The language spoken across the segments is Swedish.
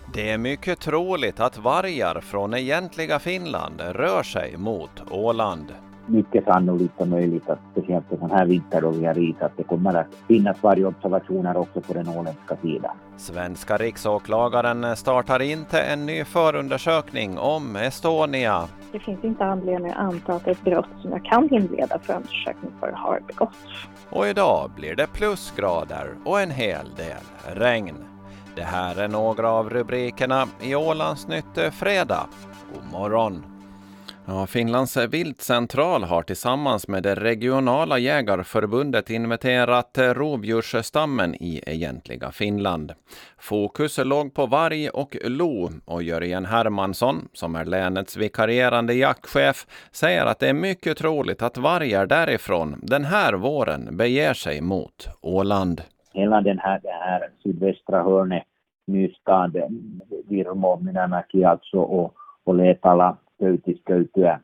Det är mycket troligt att vargar från egentliga Finland rör sig mot Åland. Mycket sannolikt och möjligt att speciellt på sån här vinter då vi har is att det kommer att finnas vargobservationer också på den åländska sidan. Svenska riksåklagaren startar inte en ny förundersökning om Estonia. Det finns inte anledning att anta att ett brott som jag kan inleda förundersökning för har begåtts. Och idag blir det plusgrader och en hel del regn. Det här är några av rubrikerna i Ålandsnytt fredag. God morgon! Ja, Finlands viltcentral har tillsammans med det regionala jägarförbundet inventerat rovdjursstammen i egentliga Finland. Fokus låg på varg och lo, och Jörgen Hermansson, som är länets vikarierande jaktchef, säger att det är mycket troligt att vargar därifrån den här våren beger sig mot Åland. Hela det här sydvästra hörnet, Nystad, Virmo, Minämäki alltså och Letala, Pöytisköytyä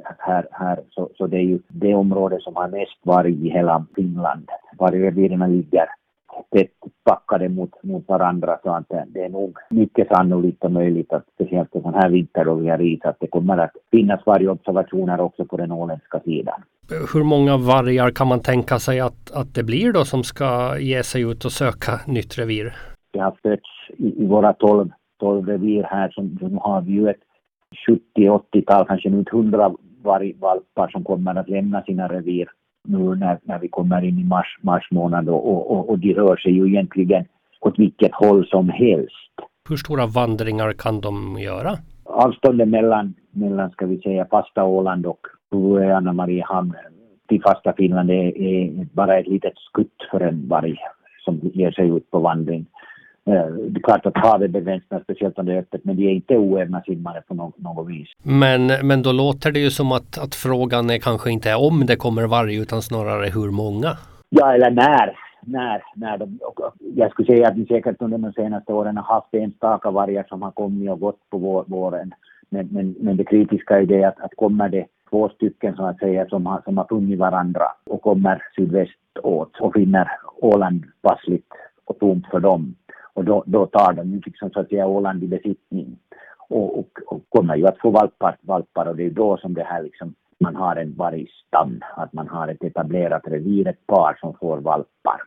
här så det är ju det område som har mest varg i hela Finland. Vargrevirerna ligger tätt packade mot varandra, så att det är nog mycket sannolikt och möjligt att speciellt på sån här vinter då vi har is att det kommer att finnas vargobservationer också på den åländska sidan. Hur många vargar kan man tänka sig att det blir då som ska ge sig ut och söka nytt revir? Vi har fötts i våra 12 revir här som har vi ju ett 70-80-tal, kanske nu 100 vargvalpar som kommer att lämna sina revir nu när vi kommer in i mars månad och de rör sig ju egentligen åt vilket håll som helst. Hur stora vandringar kan de göra? Avståndet mellan ska vi säga fasta Åland och Anna Mariehamn till fasta Finland är bara ett litet skutt för en varg som ger sig ut på vandring. Det är klart att havet begränsar speciellt om det är öppet, men det är inte oävna simmare på något vis. Men då låter det ju som att frågan är kanske inte om det kommer varg utan snarare hur många. Ja, eller när de, jag skulle säga att vi säkert under de senaste åren har haft enstaka vargar som har kommit och gått på våren. Men det kritiska är det att kommer det 2 stycken så att säga som har funnit varandra och kommer sydväst åt och finner Åland passligt och tomt för dem. Och då tar de ju liksom så att säga Åland i besittning och kommer ju att få valpar och det är då som det här liksom man har en vargstam, att man har ett etablerat revir, ett par som får valpar.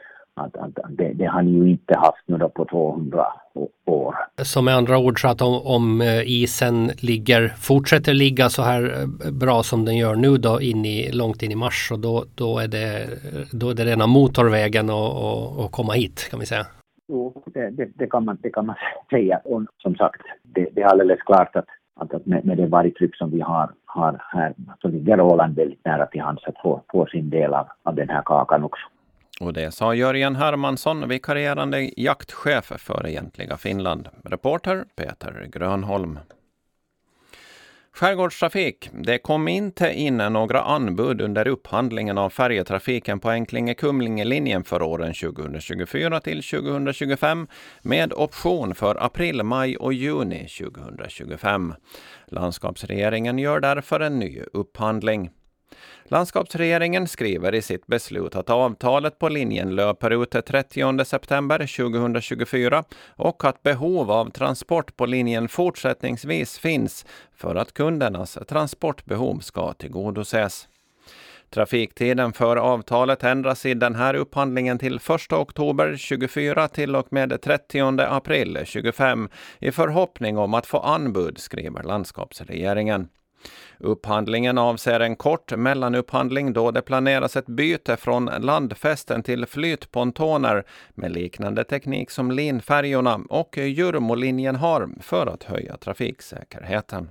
Det har ni ju inte haft nu då på 200 år. Så med andra ord så att om isen fortsätter ligga så här bra som den gör nu då långt in i mars, och då är det rena motorvägen och komma hit, kan vi säga. Jo, det kan man säga. Och som sagt, det är alldeles klart att med det vargtryck som vi har här så ligger Åland väldigt nära till hands att få sin del av den här kakan också. Och det sa Jörgen Hermansson, vikarierande jaktchef för egentliga Finland. Reporter Peter Grönholm. Skärgårdstrafik. Det kom inte in några anbud under upphandlingen av färjetrafiken på Enklinge-Kumlinge-linjen för åren 2024 till 2025 med option för april, maj och juni 2025. Landskapsregeringen gör därför en ny upphandling. Landskapsregeringen skriver i sitt beslut att avtalet på linjen löper ut 30 september 2024 och att behov av transport på linjen fortsättningsvis finns för att kundernas transportbehov ska tillgodoses. Trafiktiden för avtalet ändras i den här upphandlingen till 1 oktober 24 till och med 30 april 25 i förhoppning om att få anbud, skriver landskapsregeringen. Upphandlingen avser en kort mellanupphandling då det planeras ett byte från landfästen till flytpontoner med liknande teknik som linfärjorna och Jurmolinjen har för att höja trafiksäkerheten.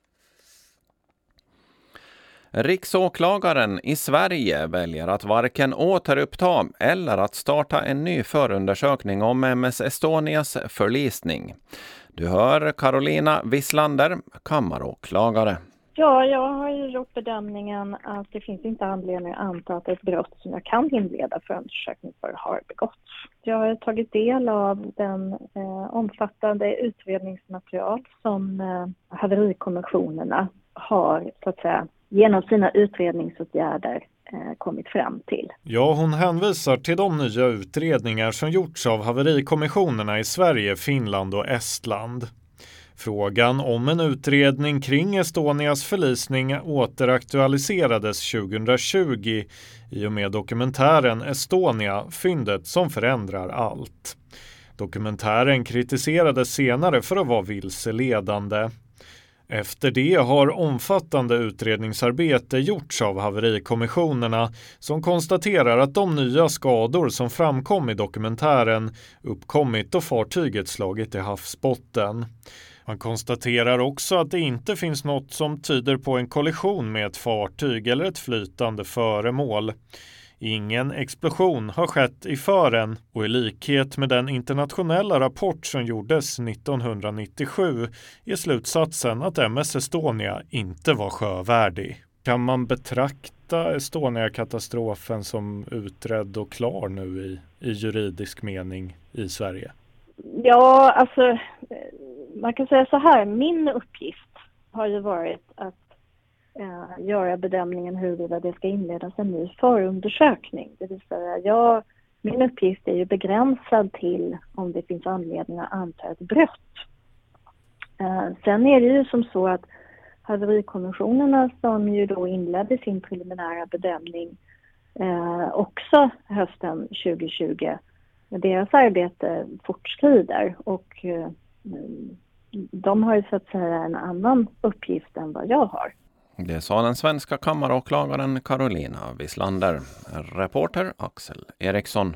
Riksåklagaren i Sverige väljer att varken återuppta eller att starta en ny förundersökning om MS Estonias förlisning. Du hör Carolina Wislander, kammaråklagare. Ja, jag har ju gjort bedömningen att det finns inte anledning att anta att ett brott som jag kan inleda förundersökning för har begåtts. Jag har tagit del av den omfattande utredningsmaterial som haverikommissionerna har så att säga genom sina utredningsåtgärder kommit fram till. Ja, hon hänvisar till de nya utredningar som gjorts av haverikommissionerna i Sverige, Finland och Estland. Frågan om en utredning kring Estonias förlisning återaktualiserades 2020 i och med dokumentären Estonia, fyndet som förändrar allt. Dokumentären kritiserades senare för att vara vilseledande. Efter det har omfattande utredningsarbete gjorts av haverikommissionerna som konstaterar att de nya skador som framkom i dokumentären uppkommit då fartyget slagit i havsbotten. Man konstaterar också att det inte finns något som tyder på en kollision med ett fartyg eller ett flytande föremål. Ingen explosion har skett i fören och i likhet med den internationella rapport som gjordes 1997 är slutsatsen att MS Estonia inte var sjövärdig. Kan man betrakta Estonia-katastrofen som utredd och klar nu i juridisk mening i Sverige? Ja, alltså man kan säga så här, min uppgift har ju varit att göra bedömningen huruvida det ska inledas en ny förundersökning. Det vill säga, min uppgift är ju begränsad till om det finns anledning att anta ett brott. Sen är det ju som så att haverikommissionerna som ju då inledde sin preliminära bedömning också hösten 2020, deras arbete fortskrider och de har ju så att säga en annan uppgift än vad jag har. Det sa den svenska kammaråklagaren Carolina Wislander. Reporter Axel Eriksson.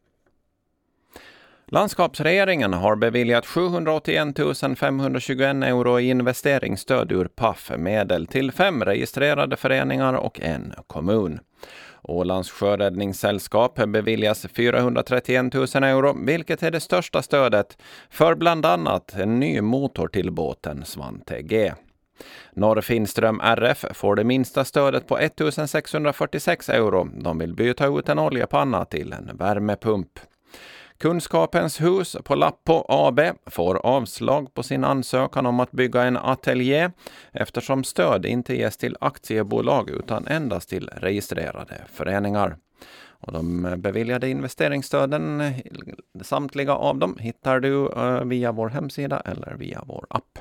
Landskapsregeringen har beviljat 781 521 euro i investeringsstöd ur PAF-medel till 5 registrerade föreningar och en kommun. Ålands sjöräddningssällskap beviljas 431 000 euro, vilket är det största stödet för bland annat en ny motor till båten Svante G. Norrfinström RF får det minsta stödet på 1646 euro. De vill byta ut en oljepanna till en värmepump. Kunskapens hus på Lappo AB får avslag på sin ansökan om att bygga en ateljé eftersom stöd inte ges till aktiebolag utan endast till registrerade föreningar. Och de beviljade investeringsstöden, samtliga av dem, hittar du via vår hemsida eller via vår app.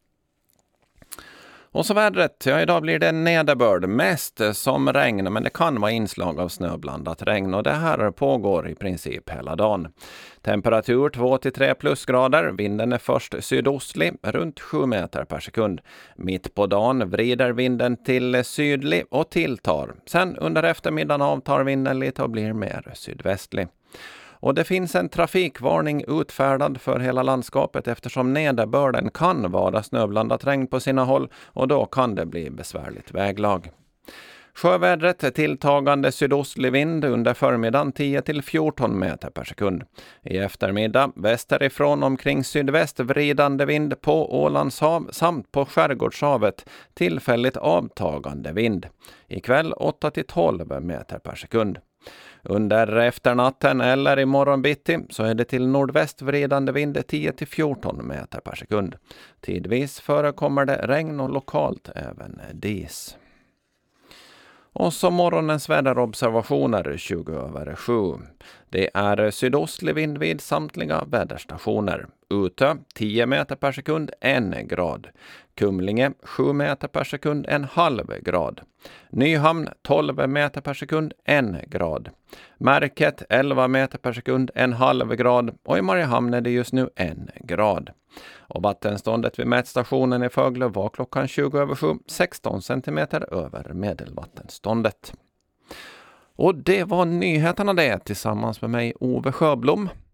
Och så vädret, ja, idag blir det nederbörd, mest som regn, men det kan vara inslag av snöblandat regn och det här pågår i princip hela dagen. Temperatur 2-3 plusgrader, vinden är först sydostlig, runt 7 meter per sekund. Mitt på dagen vrider vinden till sydlig och tilltar. Sen under eftermiddagen avtar vinden lite och blir mer sydvästlig. Och det finns en trafikvarning utfärdad för hela landskapet eftersom nederbörden kan vara snöblandat regn på sina håll och då kan det bli besvärligt väglag. Sjövädret tilltagande sydostlig vind under förmiddagen 10-14 meter per sekund. I eftermiddag västerifrån omkring sydväst vridande vind på Ålandshav samt på Skärgårdshavet tillfälligt avtagande vind. Ikväll 8-12 meter per sekund. Under efternatten eller i morgonbitti så är det till nordväst vridande vind 10-14 meter per sekund. Tidvis förekommer det regn och lokalt även dis. Och så morgonens väderobservationer 20:07. Det är sydostlig vind vid samtliga väderstationer. Utö 10 meter per sekund 1 grad. Kumlinge 7 meter per sekund 1,5 grad. Nyhamn 12 meter per sekund 1 grad. Märket 11 meter per sekund 1,5 grad och i Mariehamn är det just nu 1 grad. Och vattenståndet vid mätstationen i Fögle var klockan 20:07 16 centimeter över medelvattenståndet. Och det var nyheterna det tillsammans med mig Ove Sjöblom.